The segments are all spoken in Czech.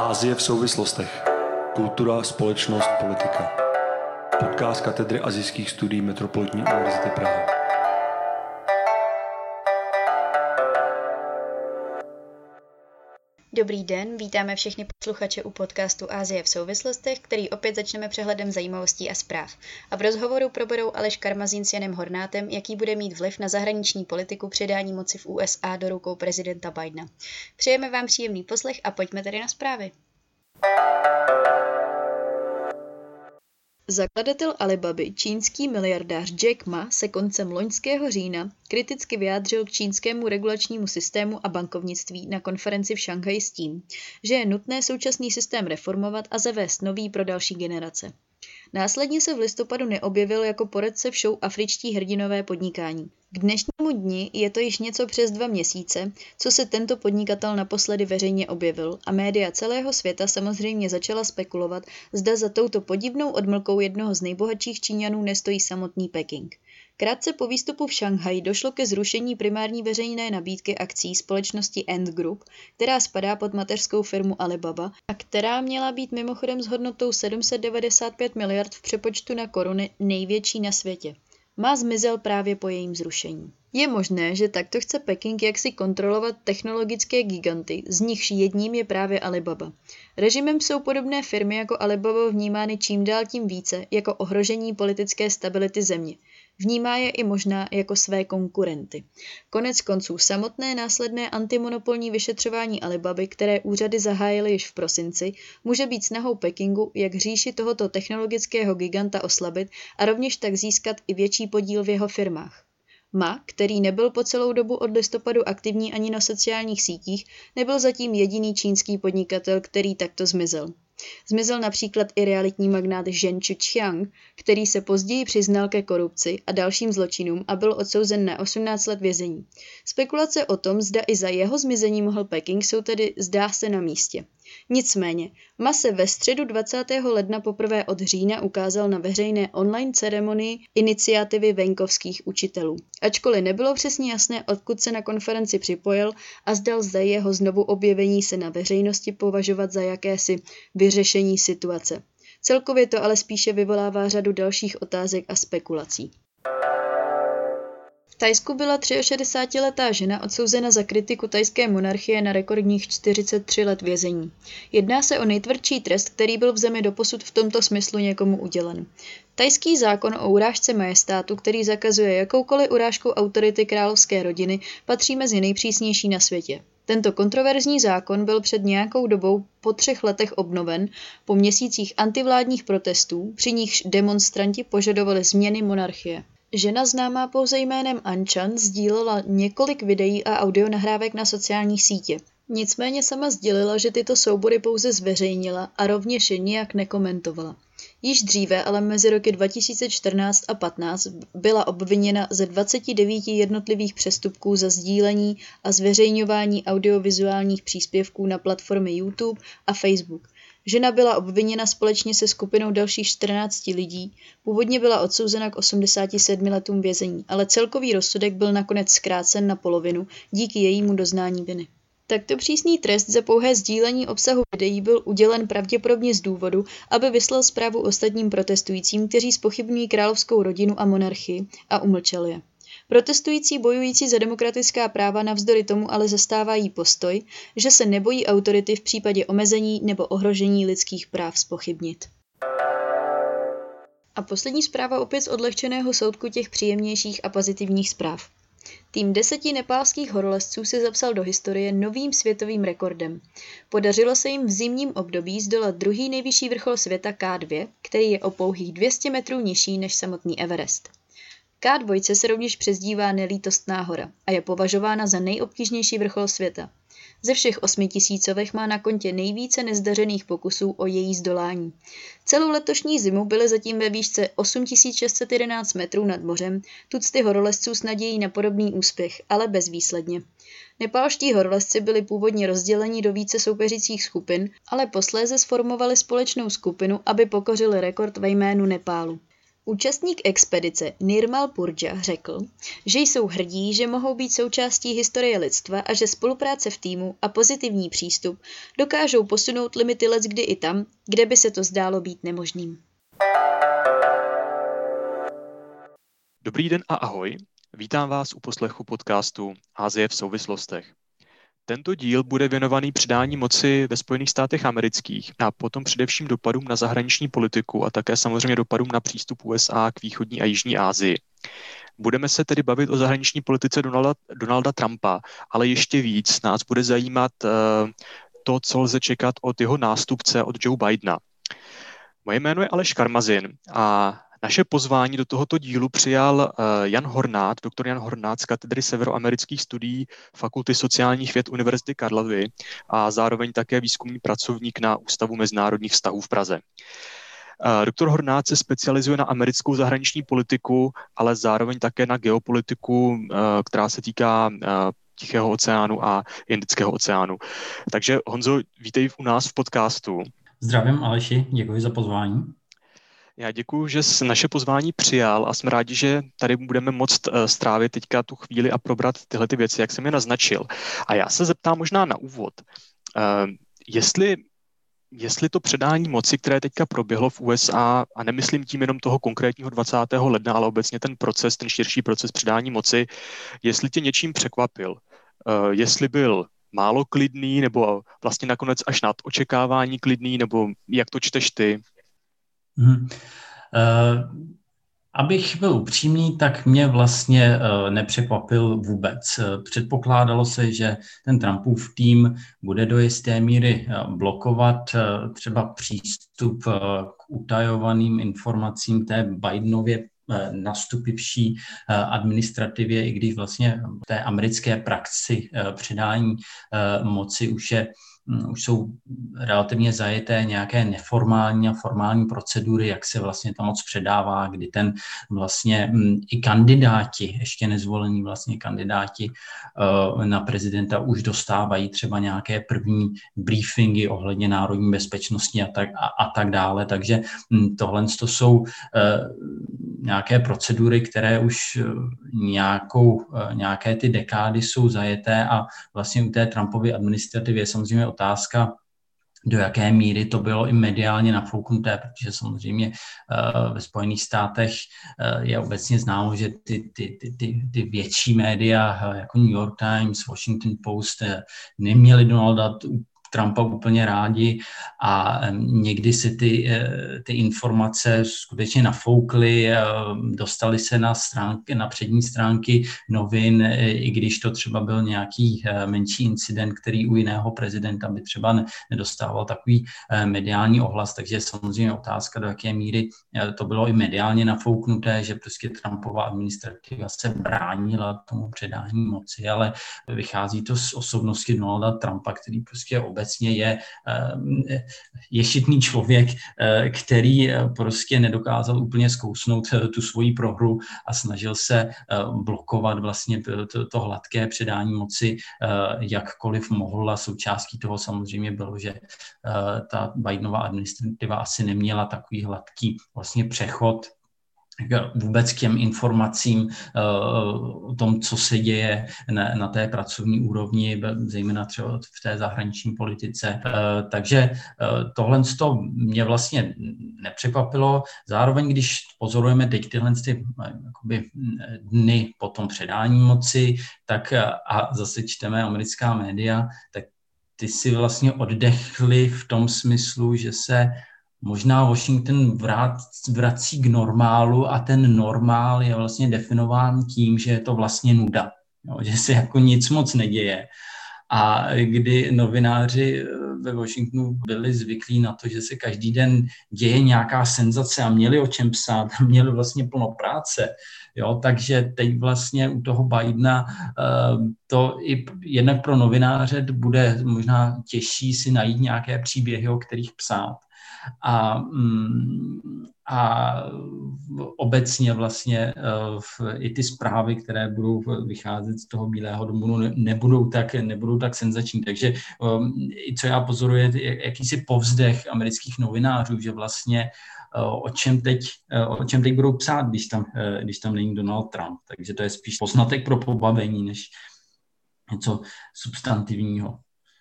Asie v souvislostech. Kultura, společnost, politika. Podcast katedry asijských studií Metropolitní univerzity Praha. Dobrý den, vítáme všechny posluchače u podcastu Asie v souvislostech, který opět začneme přehledem zajímavostí a zpráv. A v rozhovoru proberou Aleš Karmazín s Janem Hornátem, jaký bude mít vliv na zahraniční politiku předání moci v USA do rukou prezidenta Bidena. Přejeme vám příjemný poslech a pojďme tedy na zprávy. Zakladatel Alibaby, čínský miliardář Jack Ma, se koncem loňského října kriticky vyjádřil k čínskému regulačnímu systému a bankovnictví na konferenci v Šanghaji s tím, že je nutné současný systém reformovat a zavést nový pro další generace. Následně se v listopadu neobjevil jako poradce v show Afričtí hrdinové podnikání. K dnešnímu dni je to již něco přes 2 měsíce, co se tento podnikatel naposledy veřejně objevil a média celého světa samozřejmě začala spekulovat, zda za touto podivnou odmlkou jednoho z nejbohatších Číňanů nestojí samotný Peking. Krátce po výstupu v Šanghaji došlo ke zrušení primární veřejné nabídky akcií společnosti Ant Group, která spadá pod mateřskou firmu Alibaba a která měla být mimochodem s hodnotou 795 miliard v přepočtu na koruny největší na světě. Ma zmizel právě po jejím zrušení. Je možné, že takto chce Peking jaksi kontrolovat technologické giganty, z nichž jedním je právě Alibaba. Režimem jsou podobné firmy jako Alibaba vnímány čím dál tím více jako ohrožení politické stability země. Vnímá je i možná jako své konkurenty. Konec konců samotné následné antimonopolní vyšetřování Alibaby, které úřady zahájily již v prosinci, může být snahou Pekingu, jak říši tohoto technologického giganta oslabit a rovněž tak získat i větší podíl v jeho firmách. Ma, který nebyl po celou dobu od listopadu aktivní ani na sociálních sítích, nebyl zatím jediný čínský podnikatel, který takto zmizel. Zmizel například i realitní magnát Zheng Zhuqiang, který se později přiznal ke korupci a dalším zločinům a byl odsouzen na 18 let vězení. Spekulace o tom, zda i za jeho zmizení mohl Peking, jsou tedy zdá se na místě. Nicméně, Ma se ve středu 20. ledna poprvé od října ukázal na veřejné online ceremonii iniciativy venkovských učitelů. Ačkoliv nebylo přesně jasné, odkud se na konferenci připojil a zda lze jeho znovu objevení se na veřejnosti považovat za jakési vyřešení situace. Celkově to ale spíše vyvolává řadu dalších otázek a spekulací. V Thajsku byla 63letá žena odsouzena za kritiku thajské monarchie na rekordních 43 let vězení. Jedná se o nejtvrdší trest, který byl v zemi doposud v tomto smyslu někomu udělen. Thajský zákon o urážce majestátu, který zakazuje jakoukoliv urážku autority královské rodiny, patří mezi nejpřísnější na světě. Tento kontroverzní zákon byl před nějakou dobou po 3 letech obnoven po měsících antivládních protestů, při nichž demonstranti požadovali změny monarchie. Žena známá pouze jménem Anchan sdílela několik videí a audionahrávek na sociální sítě. Nicméně sama sdělila, že tyto soubory pouze zveřejnila a rovněž je nijak nekomentovala. Již dříve, ale mezi roky 2014 a 15 byla obviněna ze 29 jednotlivých přestupků za sdílení a zveřejňování audiovizuálních příspěvků na platformy YouTube a Facebook. Žena byla obviněna společně se skupinou dalších 14 lidí, původně byla odsouzena k 87 letům vězení, ale celkový rozsudek byl nakonec zkrácen na polovinu díky jejímu doznání viny. Takto přísný trest za pouhé sdílení obsahu videí byl udělen pravděpodobně z důvodu, aby vyslal zprávu ostatním protestujícím, kteří zpochybňují královskou rodinu a monarchii, a umlčel je. Protestující bojující za demokratická práva navzdory tomu ale zastávají postoj, že se nebojí autority v případě omezení nebo ohrožení lidských práv zpochybnit. A poslední zpráva opět z odlehčeného soudku těch příjemnějších a pozitivních zpráv. Tým 10 nepálských horolezců se zapsal do historie novým světovým rekordem. Podařilo se jim v zimním období zdolat druhý nejvyšší vrchol světa K2, který je o pouhých 200 metrů nižší než samotný Everest. K2 se rovněž přezdívá Nelítostná hora a je považována za nejobtížnější vrchol světa. Ze všech 8000 má na kontě nejvíce nezdařených pokusů o její zdolání. Celou letošní zimu byly zatím ve výšce 8611 metrů nad mořem tucty horolezců s nadějí na podobný úspěch, ale bezvýsledně. Nepálští horolezci byli původně rozděleni do více soupeřících skupin, ale posléze sformovali společnou skupinu, aby pokořili rekord ve jménu Nepálu. Účastník expedice Nirmal Purja řekl, že jsou hrdí, že mohou být součástí historie lidstva a že spolupráce v týmu a pozitivní přístup dokážou posunout limity leckdy i tam, kde by se to zdálo být nemožným. Dobrý den a ahoj, vítám vás u poslechu podcastu Asie v souvislostech. Tento díl bude věnovaný předání moci ve Spojených státech amerických a potom především dopadům na zahraniční politiku a také samozřejmě dopadům na přístup USA k východní a jižní Asii. Budeme se tedy bavit o zahraniční politice Donalda Trumpa, ale ještě víc nás bude zajímat to, co lze čekat od jeho nástupce, od Joe Bidena. Moje jméno je Aleš Karmazin a naše pozvání do tohoto dílu přijal doktor Jan Hornát z katedry severoamerických studií Fakulty sociálních věd Univerzity Karlovy a zároveň také výzkumný pracovník na Ústavu mezinárodních vztahů v Praze. Doktor Hornát se specializuje na americkou zahraniční politiku, ale zároveň také na geopolitiku, která se týká Tichého oceánu a Indického oceánu. Takže Honzo, vítej u nás v podcastu. Zdravím Aleši, děkuji za pozvání. Já děkuji, že jsi naše pozvání přijal a jsme rádi, že tady budeme moct strávit teďka tu chvíli a probrat tyhle ty věci, jak jsem je naznačil. A já se zeptám možná na úvod, jestli to předání moci, které teďka proběhlo v USA, a nemyslím tím jenom toho konkrétního 20. ledna, ale obecně ten širší proces předání moci, jestli tě něčím překvapil, jestli byl málo klidný, nebo vlastně nakonec až nad očekávání klidný, nebo jak to čteš ty? Abych byl upřímný, tak mě vlastně nepřekvapil vůbec. Předpokládalo se, že ten Trumpův tým bude do jisté míry blokovat třeba přístup k utajovaným informacím té Bidenově nastupivší administrativě, i když vlastně v té americké praxi předání moci už jsou relativně zajeté nějaké neformální a formální procedury, jak se vlastně ta moc předává, kdy ten vlastně i kandidáti, ještě nezvolení vlastně kandidáti na prezidenta už dostávají třeba nějaké první briefingy ohledně národní bezpečnosti a tak dále. Takže tohle to jsou nějaké procedury, které už nějaké ty dekády jsou zajeté a vlastně u té Trumpovy administrativy je samozřejmě otázka, do jaké míry to bylo i mediálně nafouknuté, protože samozřejmě ve Spojených státech je obecně známo, že ty větší média jako New York Times, Washington Post neměli Donalda Trumpa úplně rádi a někdy se ty informace skutečně nafoukly, dostaly se na přední stránky novin, i když to třeba byl nějaký menší incident, který u jiného prezidenta by třeba nedostával takový mediální ohlas, takže je samozřejmě otázka, do jaké míry to bylo i mediálně nafouknuté, že prostě Trumpova administrativa se bránila tomu předání moci, ale vychází to z osobnosti Donalda Trumpa, který prostě obecně je ješitný člověk, který prostě nedokázal úplně zkousnout tu svoji prohru a snažil se blokovat vlastně to hladké předání moci, jakkoliv mohl, a součástí toho samozřejmě bylo, že ta Bidenova administrativa asi neměla takový hladký vlastně přechod vůbec k těm informacím o tom, co se děje na té pracovní úrovni, zejména třeba v té zahraniční politice. Takže tohle mě vlastně nepřekvapilo. Zároveň, když pozorujeme teď tyhle dny po tom předání moci, tak a zase čteme americká média, tak ty si vlastně oddechli v tom smyslu, že se možná Washington vrací k normálu a ten normál je vlastně definován tím, že je to vlastně nuda, že se jako nic moc neděje. A kdy novináři ve Washingtonu byli zvyklí na to, že se každý den děje nějaká senzace a měli o čem psát, měli vlastně plno práce, takže teď vlastně u toho Bidena to i jednak pro novináře bude možná těžší si najít nějaké příběhy, o kterých psát. a obecně vlastně i ty zprávy, které budou vycházet z toho Bílého domu, nebudou tak senzační. Takže i co já pozoruji, jakýsi povzdech amerických novinářů, že vlastně o čem teď budou psát, když tam není Donald Trump. Takže to je spíš poznatek pro pobavení, než něco substantivního.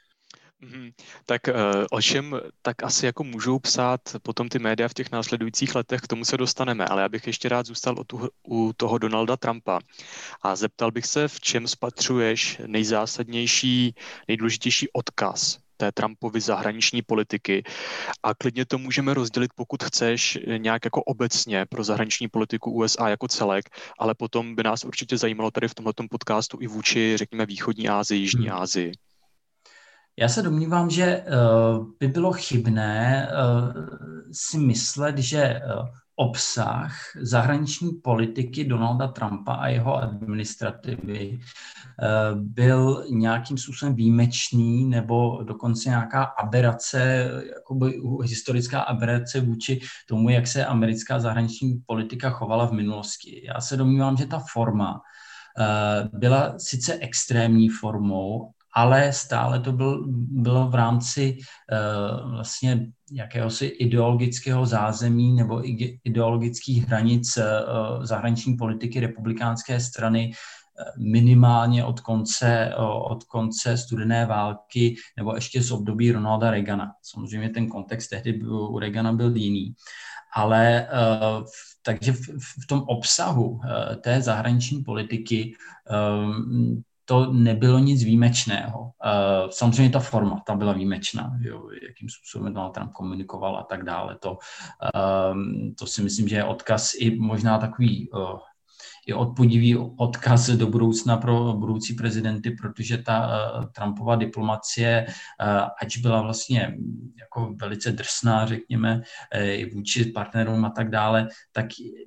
Tak o čem tak asi jako můžou psát potom ty média v těch následujících letech, k tomu se dostaneme, ale já bych ještě rád zůstal u toho Donalda Trumpa a zeptal bych se, v čem spatřuješ nejzásadnější, nejdůležitější odkaz té Trumpovy zahraniční politiky a klidně to můžeme rozdělit, pokud chceš, nějak jako obecně pro zahraniční politiku USA jako celek, ale potom by nás určitě zajímalo tady v tomhletom podcastu i vůči, řekněme, východní Asii, jižní Asii. Já se domnívám, že by bylo chybné si myslet, že obsah zahraniční politiky Donalda Trumpa a jeho administrativy byl nějakým způsobem výjimečný nebo dokonce nějaká aberace, jakoby historická aberace vůči tomu, jak se americká zahraniční politika chovala v minulosti. Já se domnívám, že ta forma byla sice extrémní formou, ale stále to bylo v rámci vlastně jakéhosi ideologického zázemí nebo ideologických hranic zahraniční politiky republikánské strany minimálně od konce studené války nebo ještě z období Ronalda Reagana. Samozřejmě ten kontext tehdy u Reagana byl jiný, ale takže v tom obsahu té zahraniční politiky to nebylo nic výjimečného. Samozřejmě ta forma, ta byla výjimečná, jo, jakým způsobem Donald Trump komunikoval a tak dále. To si myslím, že je odkaz i možná takový i odpudivý odkaz do budoucna pro budoucí prezidenty, protože ta Trumpova diplomacie, ač byla vlastně jako velice drsná, řekněme, i vůči partnerům a tak dále, tak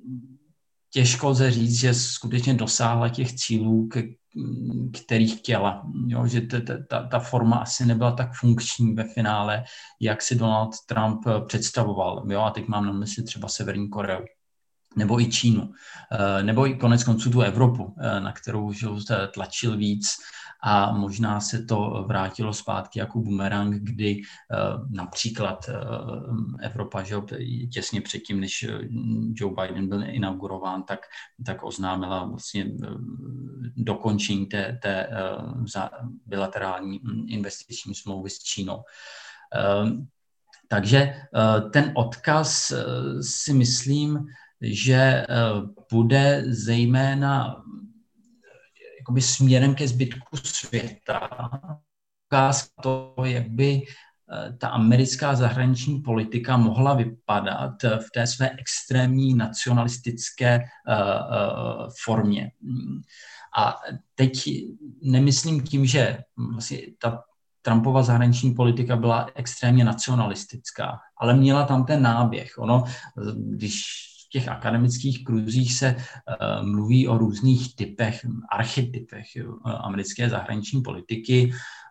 těžko lze říct, že skutečně dosáhla těch cílů, kterých chtěla. Jo, že ta forma asi nebyla tak funkční ve finále, jak si Donald Trump představoval. Jo, a teď mám na mysli třeba Severní Koreu, nebo i Čínu, nebo i konec konců tu Evropu, na kterou tlačil víc a možná se to vrátilo zpátky jako bumerang, kdy například Evropa, že těsně předtím, než Joe Biden byl inaugurován, tak oznámila vlastně dokončení té bilaterální investiční smlouvy s Čínou. Takže ten odkaz si myslím, že bude zejména jakoby směrem ke zbytku světa. Ukázka toho, jak by ta americká zahraniční politika mohla vypadat v té své extrémní nacionalistické formě. A teď nemyslím tím, že vlastně ta Trumpova zahraniční politika byla extrémně nacionalistická, ale měla tam ten náběh. Ono, když v těch akademických kruzích se mluví o různých typech, archetypech americké zahraniční politiky,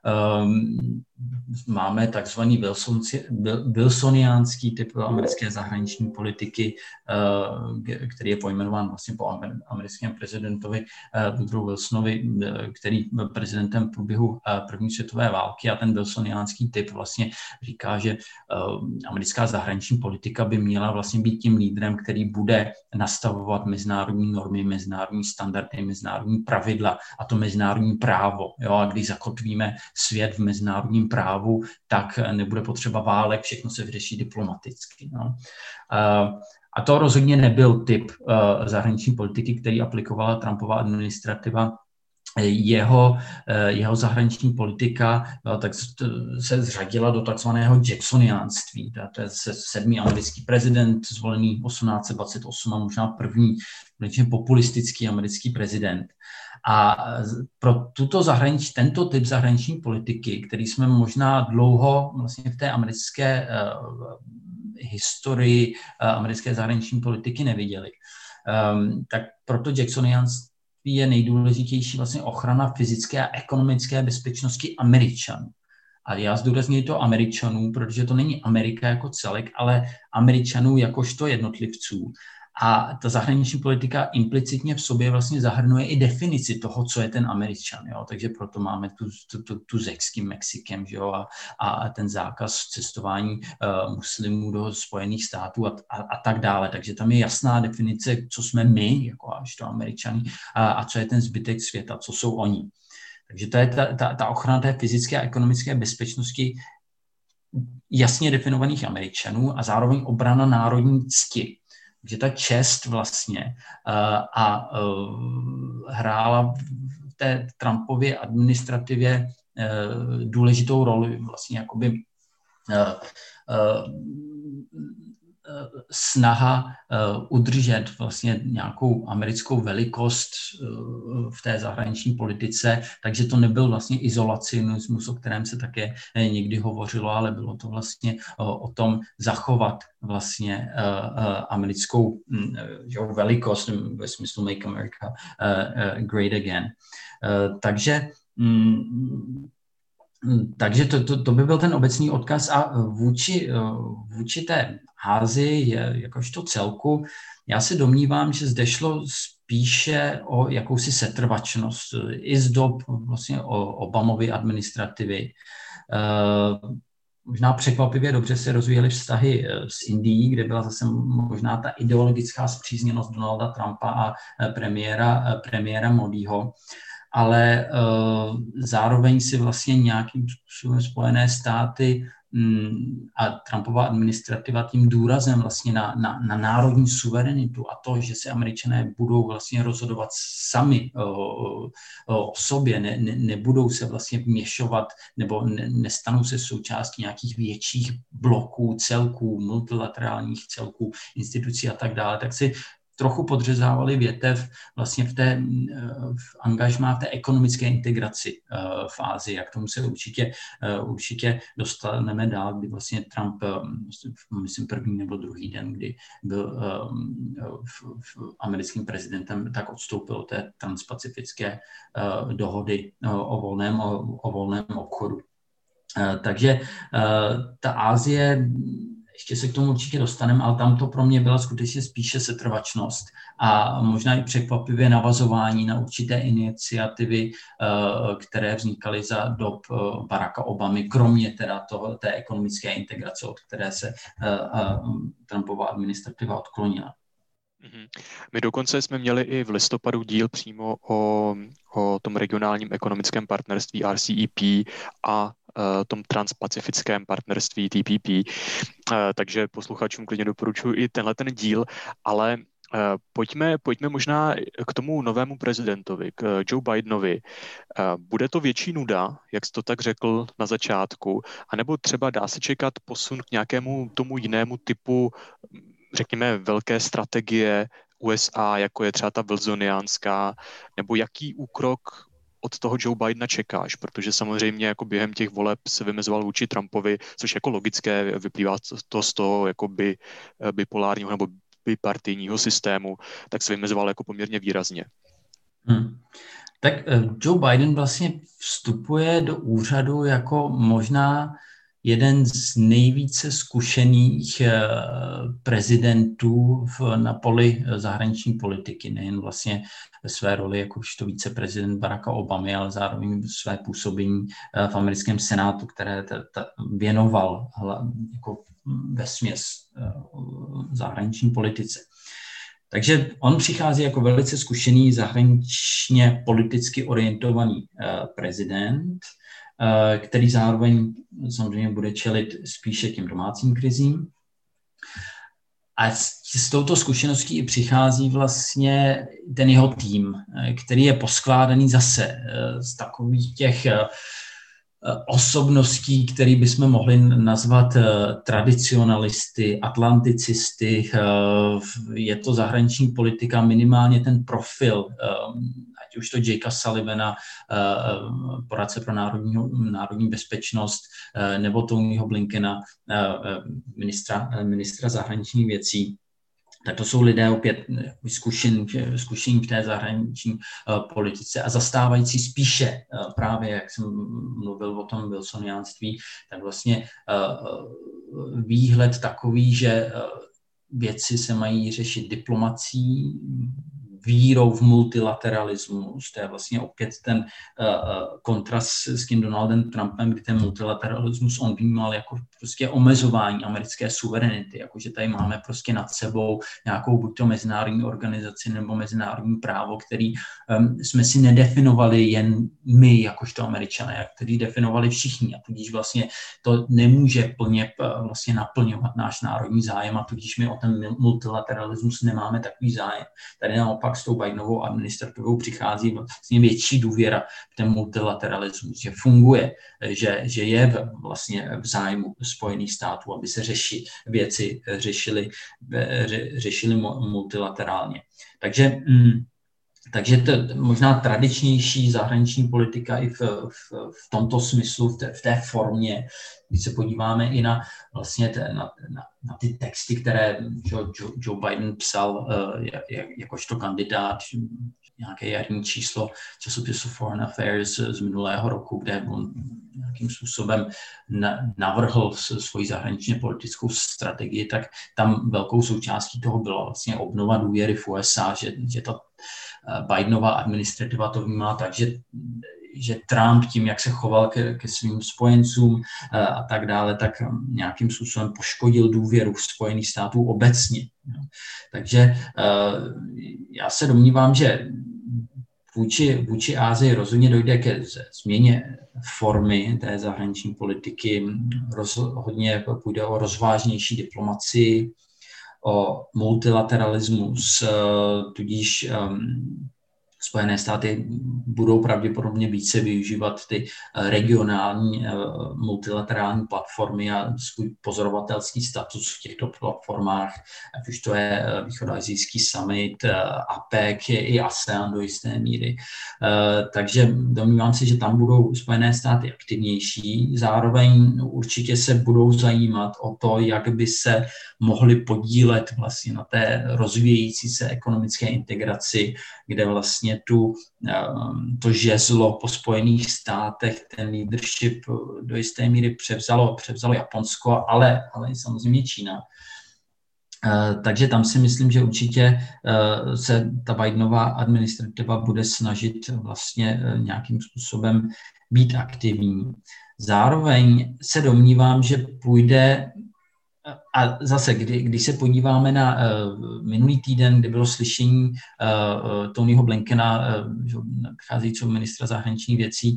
máme takzvaný wilsoniánský typ americké zahraniční politiky, který je pojmenován vlastně po americkém prezidentovi Woodrow Wilsonovi, který byl prezidentem v průběhu první světové války, a ten wilsoniánský typ vlastně říká, že americká zahraniční politika by měla vlastně být tím lídrem, který bude nastavovat mezinárodní normy, mezinárodní standardy, mezinárodní pravidla a to mezinárodní právo. Jo? A když zakotvíme svět v mezinárodním právu, tak nebude potřeba válek, všechno se vyřeší diplomaticky. No. A to rozhodně nebyl typ zahraniční politiky, který aplikovala Trumpova administrativa. Jeho zahraniční politika tak se zřadila do takzvaného jacksoniánství. To je 7. americký prezident, zvolený 1828 a možná první populistický americký prezident. A pro tento typ zahraniční politiky, který jsme možná dlouho vlastně v té americké historii americké zahraniční politiky neviděli, tak proto jacksoniánství je nejdůležitější vlastně ochrana fyzické a ekonomické bezpečnosti Američanů. A já zdůrazňuji to Američanů, protože to není Amerika jako celek, ale Američanů jakožto jednotlivců. A ta zahraniční politika implicitně v sobě vlastně zahrnuje i definici toho, co je ten Američan. Jo? Takže proto máme tu zeď s tím Mexikem, že jo? A ten zákaz cestování muslimů do Spojených států a tak dále. Takže tam je jasná definice, co jsme my, jako až to Američani, a co je ten zbytek světa, co jsou oni. Takže to je ta ochrana té fyzické a ekonomické bezpečnosti jasně definovaných Američanů a zároveň obrana národní cti. Takže ta čest vlastně hrála v té Trumpově administrativě důležitou roli, vlastně jakoby snaha udržet vlastně nějakou americkou velikost v té zahraniční politice, takže to nebyl vlastně izolacionismus, o kterém se také někdy hovořilo, ale bylo to vlastně o tom zachovat vlastně americkou velikost ve smyslu Make America Great Again. Takže to by byl ten obecný odkaz a vůči té Asii jakožto celku, já se domnívám, že zde šlo spíše o jakousi setrvačnost i z dob vlastně Obamovy administrativy. Možná překvapivě dobře se rozvíjely vztahy s Indií, kde byla zase možná ta ideologická spřízněnost Donalda Trumpa a premiéra Modiho. Ale zároveň si vlastně nějakým způsobem Spojené státy a Trumpova administrativa tím důrazem vlastně na národní suverenitu a to, že se Američané budou vlastně rozhodovat sami o sobě, nebudou se vlastně vměšovat nebo nestanou se součástí nějakých větších bloků, celků, multilaterálních celků, institucí a tak dále, tak si trochu podřezávali větev vlastně v angažmá v té ekonomické integraci v Asii. A k tomu se určitě dostaneme dál, kdy vlastně Trump, myslím první nebo druhý den, kdy byl americkým prezidentem, tak odstoupil od té transpacifické dohody o volném obchodu. Takže ta Asie, ještě se k tomu určitě dostaneme, ale tam to pro mě byla skutečně spíše setrvačnost a možná i překvapivě navazování na určité iniciativy, které vznikaly za dob Baracka Obamy, kromě teda té ekonomické integrace, od které se Trumpova administrativa odklonila. My dokonce jsme měli i v listopadu díl přímo o tom regionálním ekonomickém partnerství RCEP a tom transpacifickém partnerství TPP. Takže posluchačům klidně doporučuji i tenhle ten díl, ale pojďme možná k tomu novému prezidentovi, k Joe Bidenovi. Bude to větší nuda, jak jsi to tak řekl na začátku, anebo třeba dá se čekat posun k nějakému tomu jinému typu, řekněme, velké strategie USA, jako je třeba ta wilsoniánská, nebo jaký úkrok od toho Joe Bidena čekáš, protože samozřejmě jako během těch voleb se vymezoval vůči Trumpovi, což jako logické, vyplývá to z toho jako bipolárního nebo bipartijního systému, tak se vymezoval jako poměrně výrazně. Tak Joe Biden vlastně vstupuje do úřadu jako možná jeden z nejvíce zkušených prezidentů na poli zahraniční politiky, nejen vlastně ve své roli jakožto viceprezident Baracka Obamy, ale zároveň své působení v americkém senátu, které věnoval jako vesměs zahraniční politice. Takže on přichází jako velice zkušený zahraničně politicky orientovaný prezident, který zároveň samozřejmě bude čelit spíše těm domácím krizím. A s touto zkušeností i přichází vlastně ten jeho tým, který je poskládaný zase z takových těch osobností, které bychom mohli nazvat tradicionalisty, atlanticisty. Je to zahraniční politika, minimálně ten profil, ať už to Jakea Sullivana, poradce pro národní bezpečnost, nebo Tonyho Blinkena, ministra zahraničních věcí. Tak to jsou lidé opět zkušení v té zahraniční politice a zastávající spíše právě, jak jsem mluvil o tom wilsoniánství, tak vlastně výhled takový, že věci se mají řešit diplomací, vírou v multilateralismus. To je vlastně opět ten kontrast s tím Donaldem Trumpem, kdy ten multilateralismus on vnímal jako prostě omezování americké suverenity, jakože tady máme prostě nad sebou nějakou buď to mezinárodní organizaci nebo mezinárodní právo, který jsme si nedefinovali jen my, jakožto Američané, který definovali všichni a tudíž vlastně to nemůže plně vlastně naplňovat náš národní zájem a tudíž my o ten multilateralismus nemáme takový zájem. Tady naopak s tou Bidenovou administrativou přichází vlastně větší důvěra v ten multilateralismus, že funguje, že je vlastně v zájmu Spojených států, aby se věci řešily multilaterálně. Takže to možná tradičnější zahraniční politika i v tomto smyslu, v té formě, když se podíváme i na ty texty, které Joe Biden psal jakožto kandidát, nějaké jarní číslo časopisu Foreign Affairs z minulého roku, kde on nějakým způsobem navrhl svoji zahraničně politickou strategii, tak tam velkou součástí toho byla vlastně obnova důvěry v USA, že ta Bidenova administrativa to vnímá tak, že Trump tím, jak se choval ke svým spojencům a tak dále, tak nějakým způsobem poškodil důvěru v Spojených států obecně. Takže já se domnívám, že vůči Asii rozhodně dojde ke změně formy té zahraniční politiky. Hodně půjde o rozvážnější diplomacii, o multilateralismus, tudíž Spojené státy budou pravděpodobně více využívat ty regionální multilaterální platformy a svůj pozorovatelský status v těchto platformách, ať už to je Východoasijský summit, APEC i ASEAN do jisté míry. Takže domnívám se, že tam budou Spojené státy aktivnější. Zároveň určitě se budou zajímat o to, jak by se mohli podílet vlastně na té rozvíjející se ekonomické integraci, kde vlastně to žezlo po Spojených státech, ten leadership do jisté míry převzalo Japonsko, ale i samozřejmě Čína. Takže tam si myslím, že určitě se ta Bidenová administrativa bude snažit vlastně nějakým způsobem být aktivní. Zároveň se domnívám, že půjde. A zase, když se podíváme na minulý týden, kdy bylo slyšení Tonyho Blinkena, nacházejícího ministra zahraničních věcí,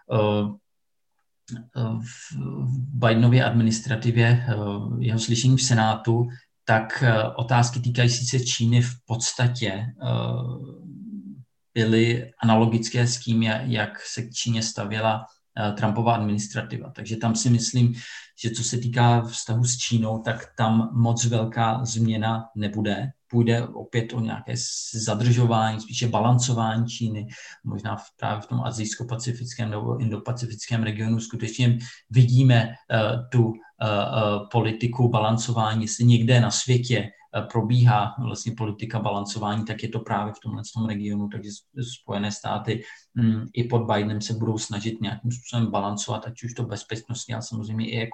v Bidenově administrativě, jeho slyšení v Senátu, tak otázky týkající se Číny v podstatě byly analogické s tím, jak se k Číně stavěla Trumpova administrativa. Takže tam si myslím, že co se týká vztahu s Čínou, tak tam moc velká změna nebude. Půjde opět o nějaké zadržování, spíše balancování Číny. Možná právě v tom azijsko-pacifickém nebo indopacifickém regionu skutečně vidíme tu politiku balancování. Jestli někde na světě probíhá vlastně politika balancování, tak je to právě v tomhle regionu, takže Spojené státy i pod Bidenem se budou snažit nějakým způsobem balancovat, ať už to bezpečnostně, ale samozřejmě i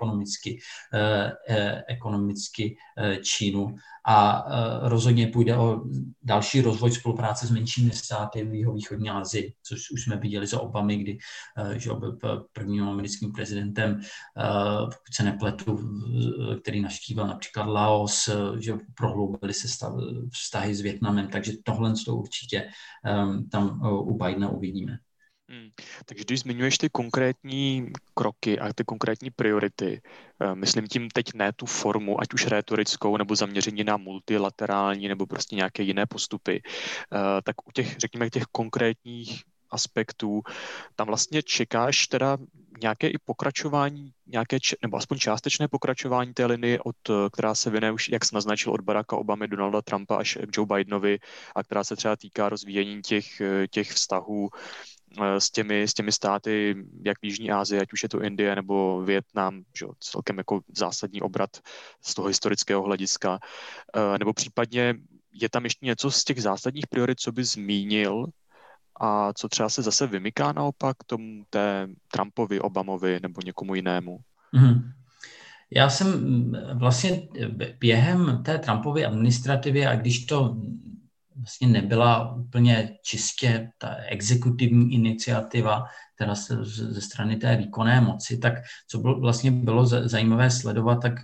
ekonomicky Čínu. A rozhodně půjde o další rozvoj spolupráce s menšími státy v jihovýchodní Asii, což už jsme viděli za Obamy, kdy byl prvním americkým prezidentem, pokud se nepletu, který navštívil například Laos, že prohloubili se vztahy s Vietnamem, takže tohle to určitě tam u Bidena uvidíme. Takže když zmiňuješ ty konkrétní kroky a ty konkrétní priority, myslím tím teď ne tu formu, ať už rétorickou, nebo zaměření na multilaterální, nebo prostě nějaké jiné postupy, tak u těch, řekněme, těch konkrétních aspektů, tam vlastně čekáš teda nějaké i pokračování, nebo aspoň částečné pokračování té linie, která se vyne už, jak jsi naznačil, od Baracka Obamy, Donalda Trumpa až k Joe Bidenovi a která se třeba týká rozvíjení těch vztahů s těmi státy, jak v Jižní Asii, ať už je to Indie nebo Vietnam, že celkem jako zásadní obrat z toho historického hlediska. Nebo případně je tam ještě něco z těch zásadních priorit, co by zmínil a co třeba se zase vymyká naopak tomu té Trumpovi, Obamovi nebo někomu jinému? Mm-hmm. Já jsem vlastně během té Trumpovy administrativy, a když to vlastně nebyla úplně čistě ta exekutivní iniciativa, teda ze strany té výkonné moci, tak co bylo zajímavé sledovat, tak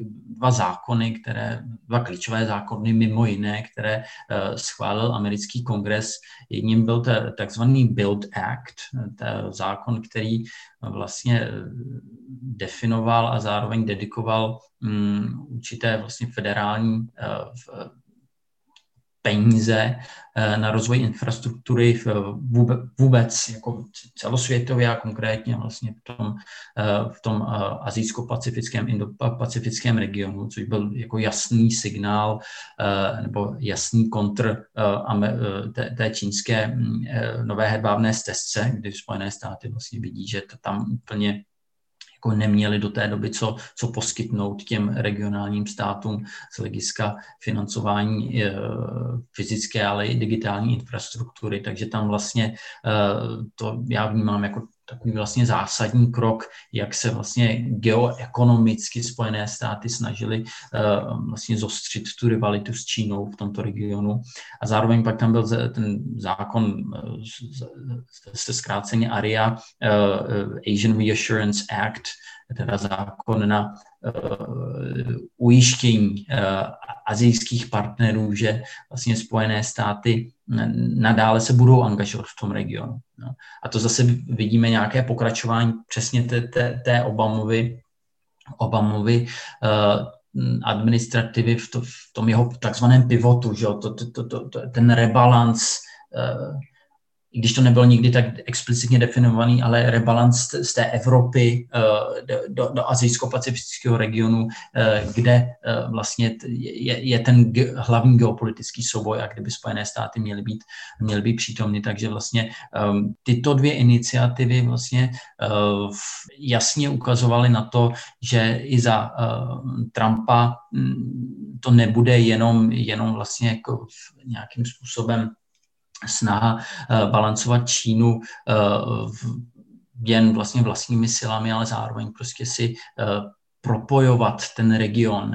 dva klíčové zákony mimo jiné, které schválil americký kongres. Jedním byl takzvaný Build Act, zákon, který vlastně definoval a zároveň dedikoval určité vlastně federální peníze na rozvoj infrastruktury vůbec jako celosvětově a konkrétně vlastně v tom asijsko-pacifickém, indo-pacifickém regionu, což byl jako jasný signál nebo jasný kontr té čínské nové hedvábné stezce, kdy Spojené státy vlastně vidí, že to tam úplně jako neměli do té doby co poskytnout těm regionálním státům z hlediska financování fyzické, ale i digitální infrastruktury. Takže tam vlastně to já vnímám jako takový vlastně zásadní krok, jak se vlastně geoekonomicky Spojené státy snažily vlastně zostřit tu rivalitu s Čínou v tomto regionu. A zároveň pak tam byl ten zákon se zkráceně ARIA, Asian Reassurance Act, teda zákon na ujištění asijských partnerů, že vlastně Spojené státy nadále se budou angažovat v tom regionu. No. A to zase vidíme nějaké pokračování přesně té Obamovy administrativy v tom jeho takzvaném pivotu, že ten rebalans, i když to nebylo nikdy tak explicitně definovaný, ale rebalans z té Evropy do asijsko-pacifického regionu, kde vlastně je ten hlavní geopolitický souboj a kdyby Spojené státy měly být přítomny. Takže vlastně tyto dvě iniciativy vlastně jasně ukazovaly na to, že i za Trumpa to nebude jenom vlastně jako nějakým způsobem snaha balancovat Čínu jen vlastně vlastními silami, ale zároveň prostě si propojovat ten region,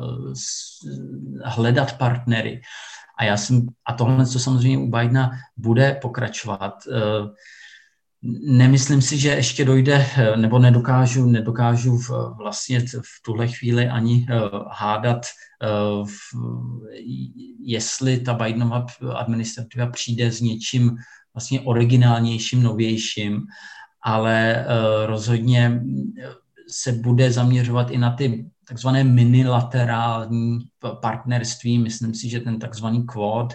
hledat partnery. A tohle, co samozřejmě u Bidena bude pokračovat. Nemyslím si, že ještě dojde, nebo nedokážu vlastně v tuhle chvíli ani hádat, jestli ta Bidenova administrativa přijde s něčím vlastně originálnějším, novějším, ale rozhodně se bude zaměřovat i na ty takzvané minilaterální partnerství. Myslím si, že ten takzvaný Quad,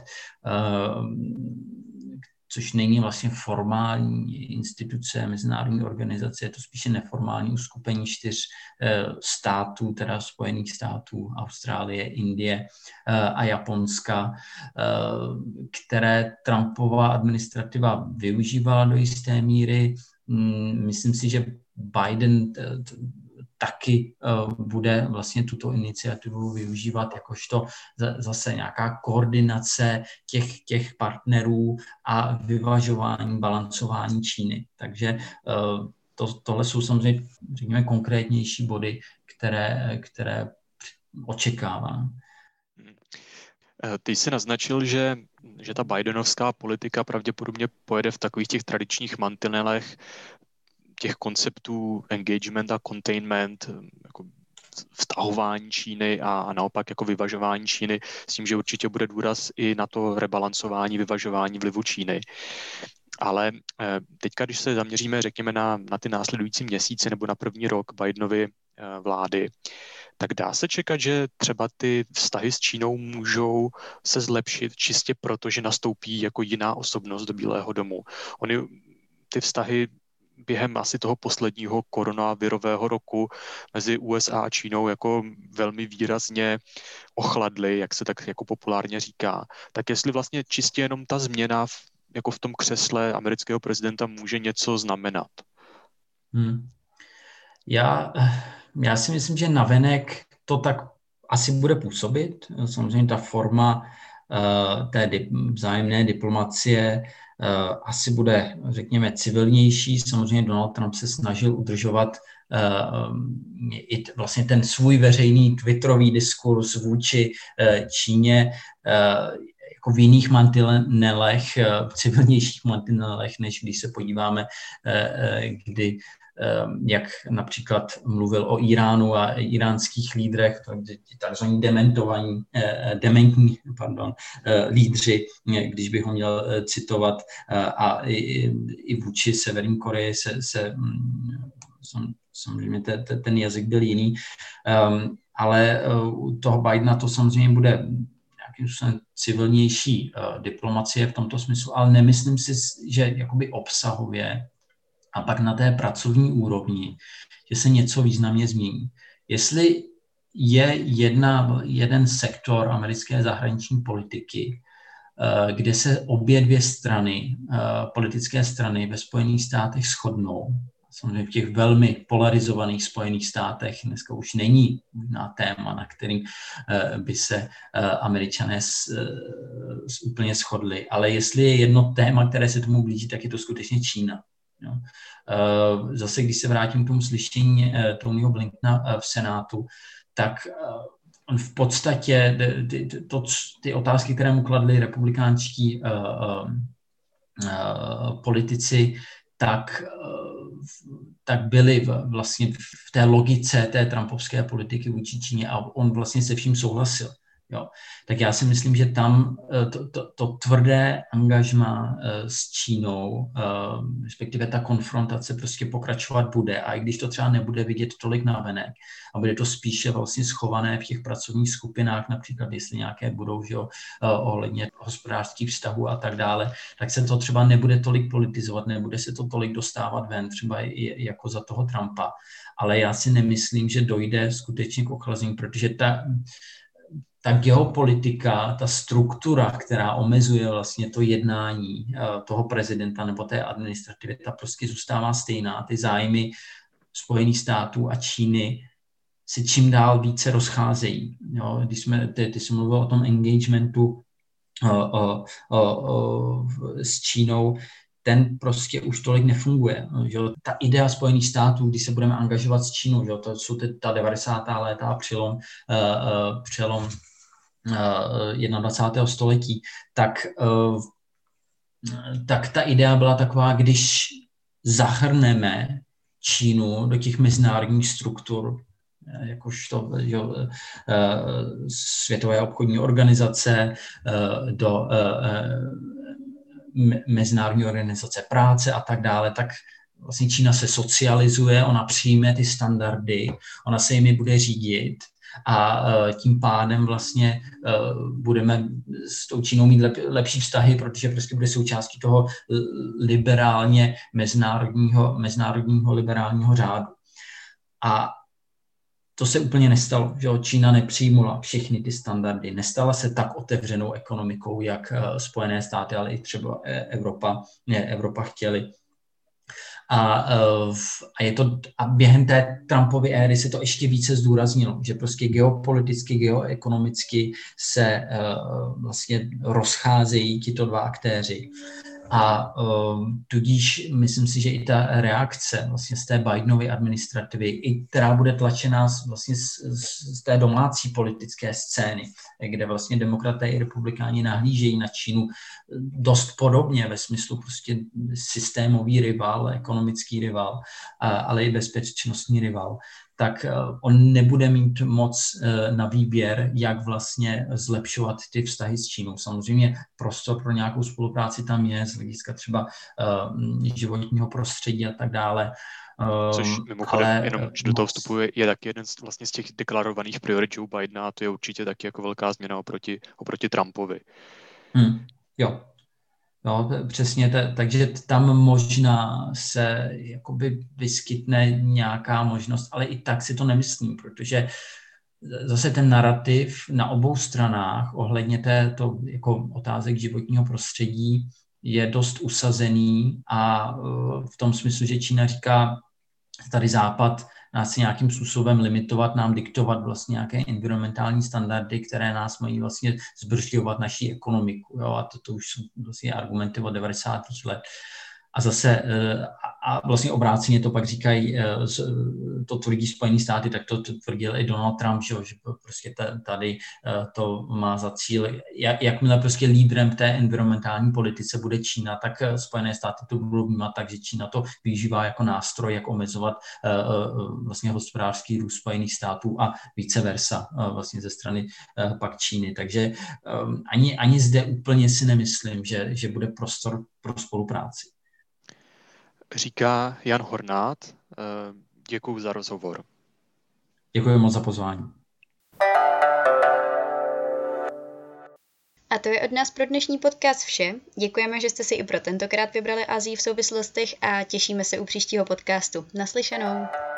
což není vlastně formální instituce, mezinárodní organizace, je to spíše neformální uskupení 4 států, teda Spojených států, Austrálie, Indie a Japonska, které Trumpova administrativa využívala do jisté míry. Myslím si, že Biden taky bude vlastně tuto iniciativu využívat jakožto zase nějaká koordinace těch partnerů a vyvažování, balancování Číny. Takže tohle jsou samozřejmě, řekněme, konkrétnější body, které očekávám. Ty jsi naznačil, že ta bidenovská politika pravděpodobně pojede v takových těch tradičních mantinelech těch konceptů engagement a containment, jako vtahování Číny a naopak jako vyvažování Číny, s tím, že určitě bude důraz i na to rebalancování, vyvažování vlivu Číny. Ale teďka, když se zaměříme, řekněme, na ty následující měsíce nebo na první rok Bidenovy vlády, tak dá se čekat, že třeba ty vztahy s Čínou můžou se zlepšit čistě proto, že nastoupí jako jiná osobnost do Bílého domu. Ty vztahy během asi toho posledního koronavirového roku mezi USA a Čínou jako velmi výrazně ochladly, jak se tak jako populárně říká. Tak jestli vlastně čistě jenom ta změna jako v tom křesle amerického prezidenta může něco znamenat? Já si myslím, že navenek to tak asi bude působit. Samozřejmě ta forma té vzájemné diplomacie asi bude, řekněme, civilnější. Samozřejmě Donald Trump se snažil udržovat i vlastně ten svůj veřejný twitterový diskurs vůči Číně jako v jiných mantinelech, civilnějších mantinelech, než když se podíváme, kdy jak například mluvil o Iránu a iránských lídrech, takzvaní dementní lídři, když bych ho měl citovat, a i vůči Severní Koreji se samozřejmě ten jazyk byl jiný, ale u toho Bidena to samozřejmě bude nějakým způsobem civilnější diplomacie v tomto smyslu, ale nemyslím si, že jakoby obsahově a pak na té pracovní úrovni, že se něco významně změní. Jestli je jeden sektor americké zahraniční politiky, kde se obě dvě strany, politické strany ve Spojených státech shodnou, samozřejmě v těch velmi polarizovaných Spojených státech dneska už není na téma, na kterým by se Američané úplně shodli, ale jestli je jedno téma, které se tomu blíží, tak je to skutečně Čína. Jo. Zase, když se vrátím k tomu slyšení Tonyho Blinkena v Senátu, tak on v podstatě ty otázky, které mu kladli republikánští politici, tak byly vlastně v té logice té trumpovské politiky vůči Číně a on vlastně se vším souhlasil. Jo. Tak já si myslím, že tam to tvrdé angažmá s Čínou, respektive ta konfrontace prostě pokračovat bude. A i když to třeba nebude vidět tolik navenek a bude to spíše vlastně schované v těch pracovních skupinách, například jestli nějaké budou, že jo, ohledně hospodářských vztahů a tak dále, tak se to třeba nebude tolik politizovat, nebude se to tolik dostávat ven, třeba jako za toho Trumpa. Ale já si nemyslím, že dojde skutečně k ochlazení, protože ta geopolitika, ta struktura, která omezuje vlastně to jednání toho prezidenta nebo té administrativy, ta prostě zůstává stejná. Ty zájmy Spojených států a Číny se čím dál více rozcházejí. Jo, když ty jsi mluvil o tom engagementu s Čínou, ten prostě už tolik nefunguje. Že? Ta idea Spojených států, když se budeme angažovat s Čínou, že? To jsou ta 90. léta a přelom 21. století, tak ta idea byla taková, když zahrneme Čínu do těch mezinárodních struktur, jakožto Světové obchodní organizace, do Mezinárodní organizace práce a tak dále, tak vlastně Čína se socializuje, ona přijme ty standardy, ona se jimi bude řídit a tím pádem vlastně budeme s tou Čínou mít lepší vztahy, protože prostě bude součástí toho liberálně mezinárodního liberálního řádu. A to se úplně nestalo, že Čína nepřijmula všechny ty standardy, nestala se tak otevřenou ekonomikou, jak Spojené státy, ale i třeba Evropa chtěli. A během té Trumpovy éry se to ještě více zdůraznilo, že prostě geopoliticky, geoekonomicky se vlastně rozcházejí tito dva aktéři. A tudíž myslím si, že i ta reakce vlastně z té Bidenovy administrativy, která bude tlačená vlastně z té domácí politické scény, kde vlastně demokraté i republikáni nahlížejí na Čínu dost podobně ve smyslu prostě systémový rival, ekonomický rival, ale i bezpečnostní rival, tak on nebude mít moc na výběr, jak vlastně zlepšovat ty vztahy s Čínou. Samozřejmě prostor pro nějakou spolupráci tam je, z hlediska třeba životního prostředí a tak dále. Což mimochodem, jenom do toho vstupuje, je taky jeden z těch deklarovaných priorit Joe Bidena a to je určitě taky jako velká změna oproti Trumpovi. Jo. No, přesně, takže tam možná se jakoby vyskytne nějaká možnost, ale i tak si to nemyslím, protože zase ten narrativ na obou stranách ohledně této jako otázek životního prostředí je dost usazený a v tom smyslu, že Čína říká, tady Západ nás nějakým způsobem limitovat, nám diktovat vlastně nějaké environmentální standardy, které nás mají vlastně zbrzďovat naší ekonomiku. Jo? A to už jsou vlastně argumenty od 90. let. A zase a vlastně obráceně to pak říkají, to tvrdí Spojené státy, tak to tvrdil i Donald Trump, že prostě tady to má za cíl. Jakmile prostě lídrem té environmentální politice bude Čína, tak Spojené státy to budou vnímat tak, že Čína to využívá jako nástroj, jak omezovat vlastně hospodářský růst Spojených států a vice versa vlastně ze strany pak Číny. Takže ani zde úplně si nemyslím, že bude prostor pro spolupráci. Říká Jan Hornát. Děkuju za rozhovor. Děkuji moc za pozvání. A to je od nás pro dnešní podcast vše. Děkujeme, že jste si i pro tentokrát vybrali Asii v souvislostech a těšíme se u příštího podcastu. Naslyšenou.